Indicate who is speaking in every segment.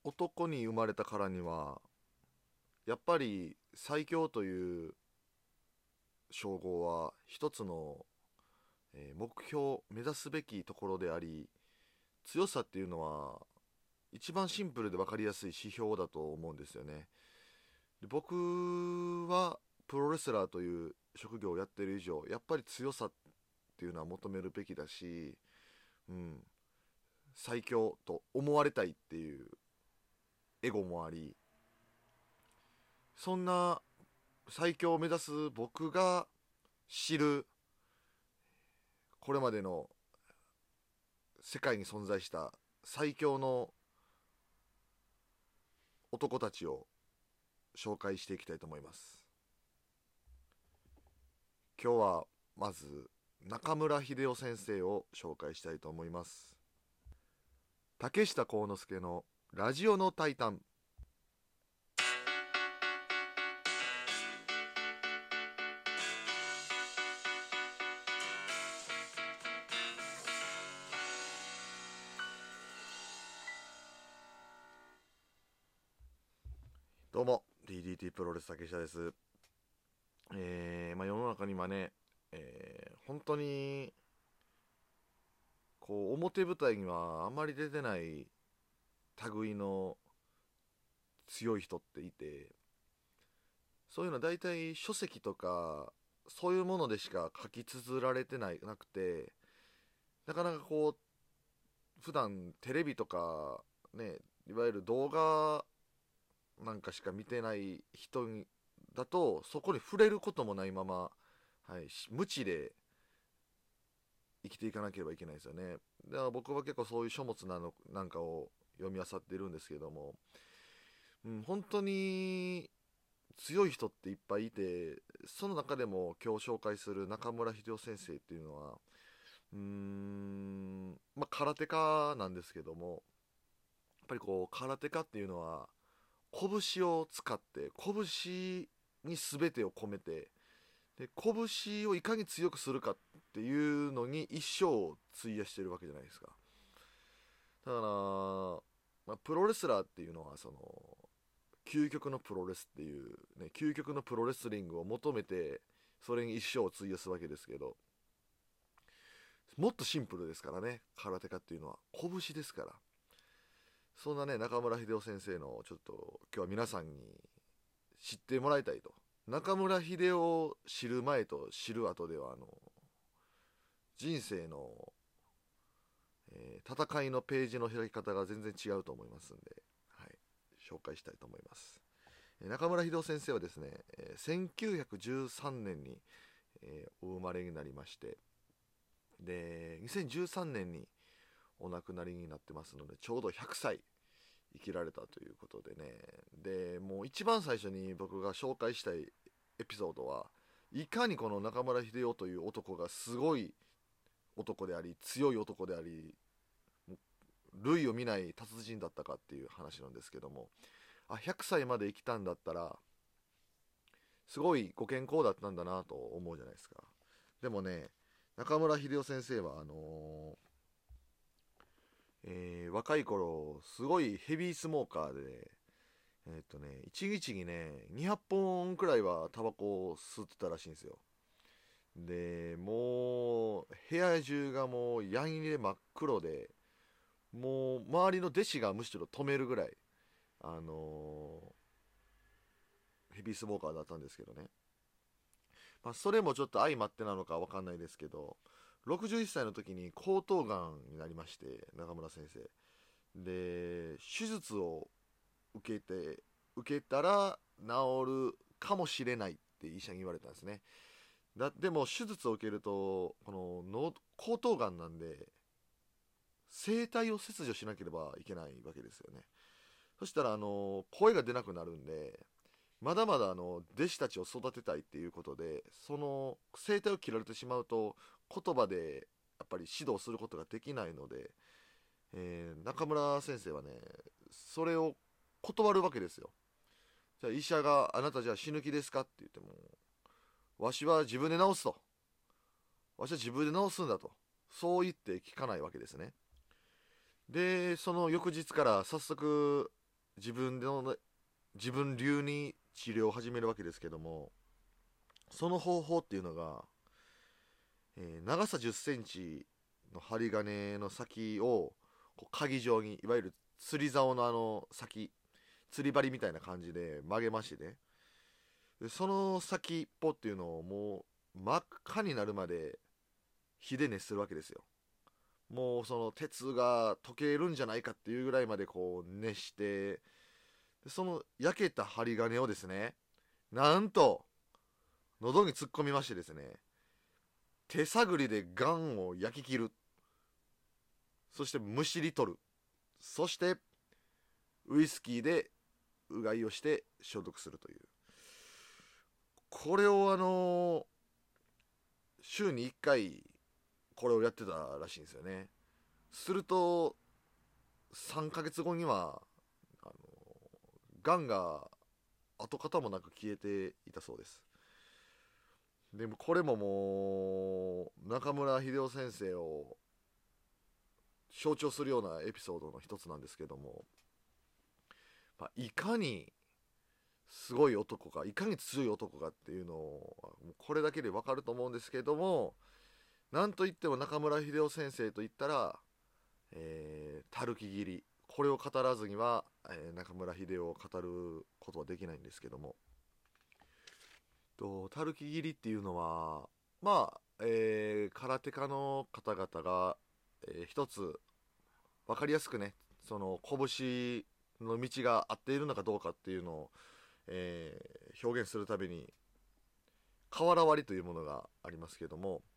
Speaker 1: 男に生まれたからにはやっぱり最強という称号は一つの、目標目指すべきところであり、強さっていうのは一番シンプルで分かりやすい指標だと思うんですよね。で、僕はプロレスラーという職業をやってる以上やっぱり強さっていうのは求めるべきだし、うん、最強と思われたいっていうエゴもあり、そんな最強を目指す僕が知るこれまでの世界に存在した最強の男たちを紹介していきたいと思います。今日はまず中村秀夫先生を紹介したいと思います。竹下幸之助のラジオのタイタン。どうも DDT プロレス竹下です。世の中にはね、本当にこう表舞台にはあまり出てない類の強い人っていて、そういうのは大体書籍とかそういうものでしか書き綴られてなくて、なかなかこう普段テレビとかね、いわゆる動画なんかしか見てない人だとそこに触れることもないまま、はい、無知で生きていかなければいけないですよね。だから僕は結構そういう書物なんかを読み漁っているんですけども、本当に強い人っていっぱいいて、その中でも今日紹介する中村秀夫先生っていうのは空手家なんですけども、やっぱりこう空手家っていうのは拳を使って拳に全てを込めて、で拳をいかに強くするかっていうのに一生を費やしてるわけじゃないですか。だから、プロレスラーっていうのはその究極のプロレスっていう、ね、究極のプロレスリングを求めてそれに一生を費やすわけですけど、もっとシンプルですからね、空手家っていうのは拳ですから。そんなね、中村秀夫先生のちょっと今日は皆さんに知ってもらいたいと。中村秀夫を知る前と知る後では人生の、戦いのページの開き方が全然違うと思いますんで、はい、紹介したいと思います。中村秀夫先生はですね、1913年に、お生まれになりまして、で2013年にお亡くなりになってますので、ちょうど100歳生きられたということでね。でもう一番最初に僕が紹介したいエピソードは、いかにこの中村秀夫という男がすごい男であり強い男であり、類を見ない達人だったかっていう話なんですけども、100歳まで生きたんだったらすごいご健康だったんだなと思うじゃないですか。でもね、中村秀夫先生は若い頃すごいヘビースモーカーで、1日にね200本くらいはタバコを吸ってたらしいんですよ。でもう部屋中がもうヤン入れ真っ黒で、もう周りの弟子がむしろ止めるぐらい、あのヘビースモーカーだったんですけどね。それもちょっと相まってなのか分かんないですけど、61歳の時に喉頭がんになりまして、中村先生で手術を受けたら治るかもしれないって医者に言われたんですね。でも手術を受けるとこの喉頭がんなんで声帯を切除しなければいけないわけですよね。そしたら声が出なくなるんで、まだまだ弟子たちを育てたいっていうことで、その声帯を切られてしまうと言葉でやっぱり指導することができないので、中村先生はねそれを断るわけですよ。じゃあ医者が「あなたじゃあ死ぬ気ですか?」って言っても、わしは自分で治すと、わしは自分で治すんだと、そう言って聞かないわけですね。でその翌日から早速自分流に治療を始めるわけですけども、その方法っていうのが、長さ10センチの針金の先をこう鍵状に、いわゆる釣り竿の先、釣り針みたいな感じで曲げましてね、でその先っぽっていうのをもう真っ赤になるまで火で熱するわけですよ。もうその鉄が溶けるんじゃないかっていうぐらいまでこう熱して、でその焼けた針金をですね、なんと喉に突っ込みましてですね、手探りでガンを焼き切る、そしてむしり取る、そしてウイスキーでうがいをして消毒するという、これを週に1回これをやってたらしいんですよね。すると3ヶ月後にはあのがんが跡形もなく消えていたそうです。でもこれももう中村秀夫先生を象徴するようなエピソードの一つなんですけども、いかにすごい男か、いかに強い男かっていうのをこれだけでわかると思うんですけども、なんといっても中村秀夫先生といったら、たるき切り、これを語らずには、中村秀夫を語ることはできないんですけども、たるき切りっていうのは空手家の方々が、一つ分かりやすくね、その拳の道が合っているのかどうかっていうのを、表現するために瓦割りというものがありますけども、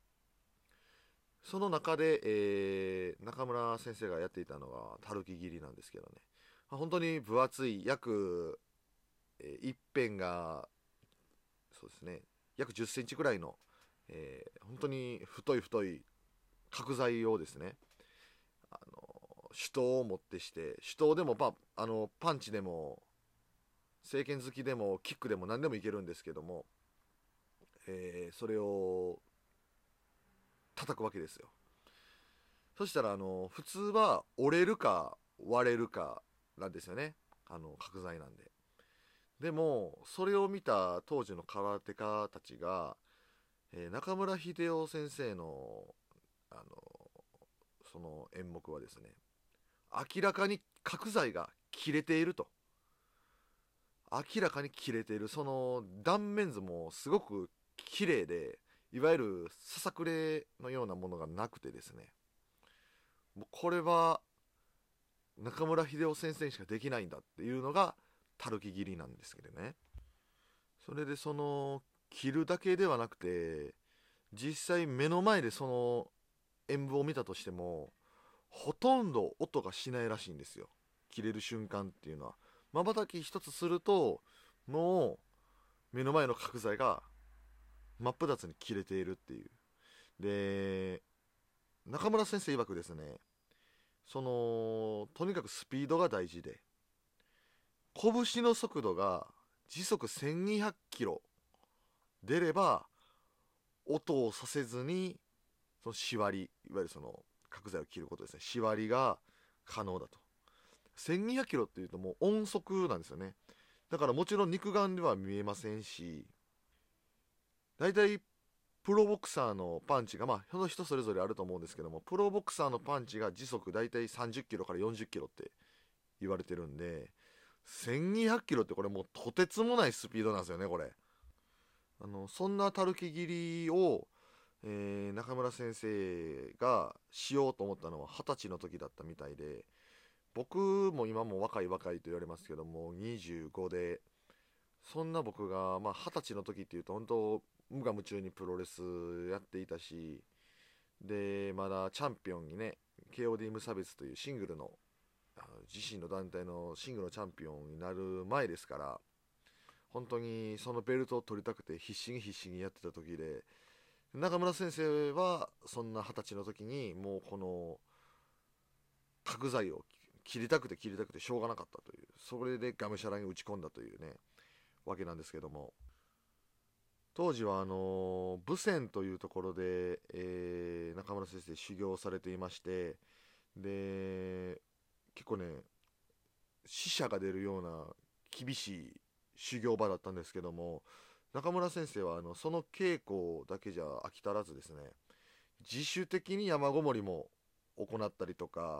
Speaker 1: その中で、中村先生がやっていたのがたるき切りなんですけどね、本当に分厚い約、一辺がそうですね約10センチぐらいの、本当に太い角材をですね、手刀を持ってして、手刀でもパンチでも正拳突きでもキックでも何でもいけるんですけども、それを叩くわけですよ。そしたら普通は折れるか割れるかなんですよね、角材なんで。でもそれを見た当時の空手家たちが、中村秀夫先生のあのその演目はですね、明らかに角材が切れていると、明らかに切れている、その断面図もすごく綺麗で、いわゆるささくれのようなものがなくてですね、もうこれは中村秀夫先生にしかできないんだっていうのがたるき切りなんですけどね。それでその切るだけではなくて、実際目の前でその演舞を見たとしてもほとんど音がしないらしいんですよ、切れる瞬間っていうのは。まばたき一つするともう目の前の角材が真っ二つに切れているっていう。で、中村先生曰くですね、とにかくスピードが大事で、拳の速度が時速1200キロ出れば音をさせずにそのしわり、いわゆるその角材を切ることですね、しわりが可能だと。1200キロっていうともう音速なんですよね。だからもちろん肉眼では見えませんし、だいたいプロボクサーのパンチがその人それぞれあると思うんですけども、プロボクサーのパンチが時速だいたい30キロから40キロって言われてるんで、1200キロってこれもうとてつもないスピードなんですよね、これ。そんなたるき切りを、中村先生がしようと思ったのは20歳の時だったみたいで、僕も今も若いと言われますけども25で、そんな僕が20歳の時っていうと本当無我夢中にプロレスやっていたし、でまだチャンピオンにね、 KOD 無差別というシングルの自身の団体のシングルのチャンピオンになる前ですから、本当にそのベルトを取りたくて必死にやってた時で、中村先生はそんな20歳の時にもうこの角材を切りたくてしょうがなかったという、それでがむしゃらに打ち込んだというねわけなんですけども、当時は武泉というところで、中村先生修行されていまして、で結構ね死者が出るような厳しい修行場だったんですけども、中村先生はその稽古だけじゃ飽き足らずですね、自主的に山ごもりも行ったりとか、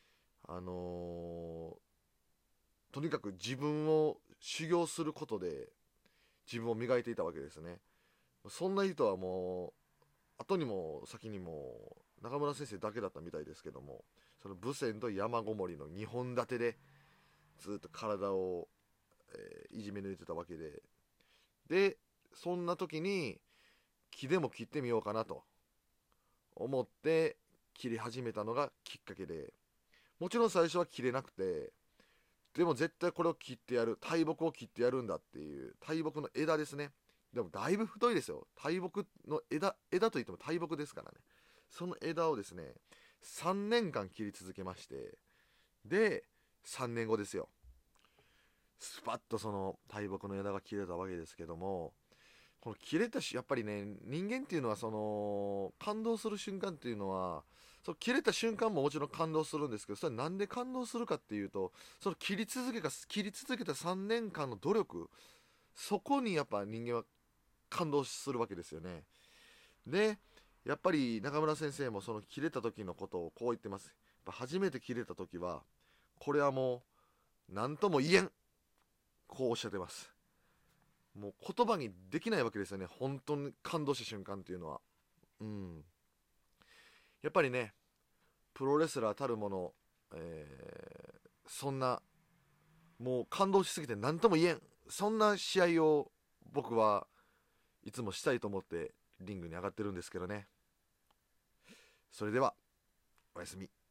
Speaker 1: とにかく自分を修行することで自分を磨いていたわけですね。そんな人はもう後にも先にも中村先生だけだったみたいですけども、その武仙と山ごもりの2本立てでずっと体を、いじめ抜いてたわけで、そんな時に木でも切ってみようかなと思って切り始めたのがきっかけで、もちろん最初は切れなくて、でも絶対これを切ってやる、大木を切ってやるんだっていう大木の枝ですね。でもだいぶ太いですよ。大木の枝といっても大木ですからね。その枝をですね、3年間切り続けまして、で3年後ですよ、スパッとその大木の枝が切れたわけですけども、この切れたやっぱりね、人間っていうのはその感動する瞬間っていうのは、その切れた瞬間ももちろん感動するんですけど、それなんで感動するかっていうと、その切り続けた3年間の努力、そこにやっぱ人間は感動するわけですよね。でやっぱり中村先生もその切れた時のことをこう言ってます。やっぱ初めて切れた時はこれはもう何とも言えん、こうおっしゃってます。もう言葉にできないわけですよね、本当に感動した瞬間っていうのは。うん、やっぱりね、プロレスラーたるもの、そんなもう感動しすぎて何とも言えん、そんな試合を僕はいつもしたいと思ってリングに上がってるんですけどね。それではおやすみ。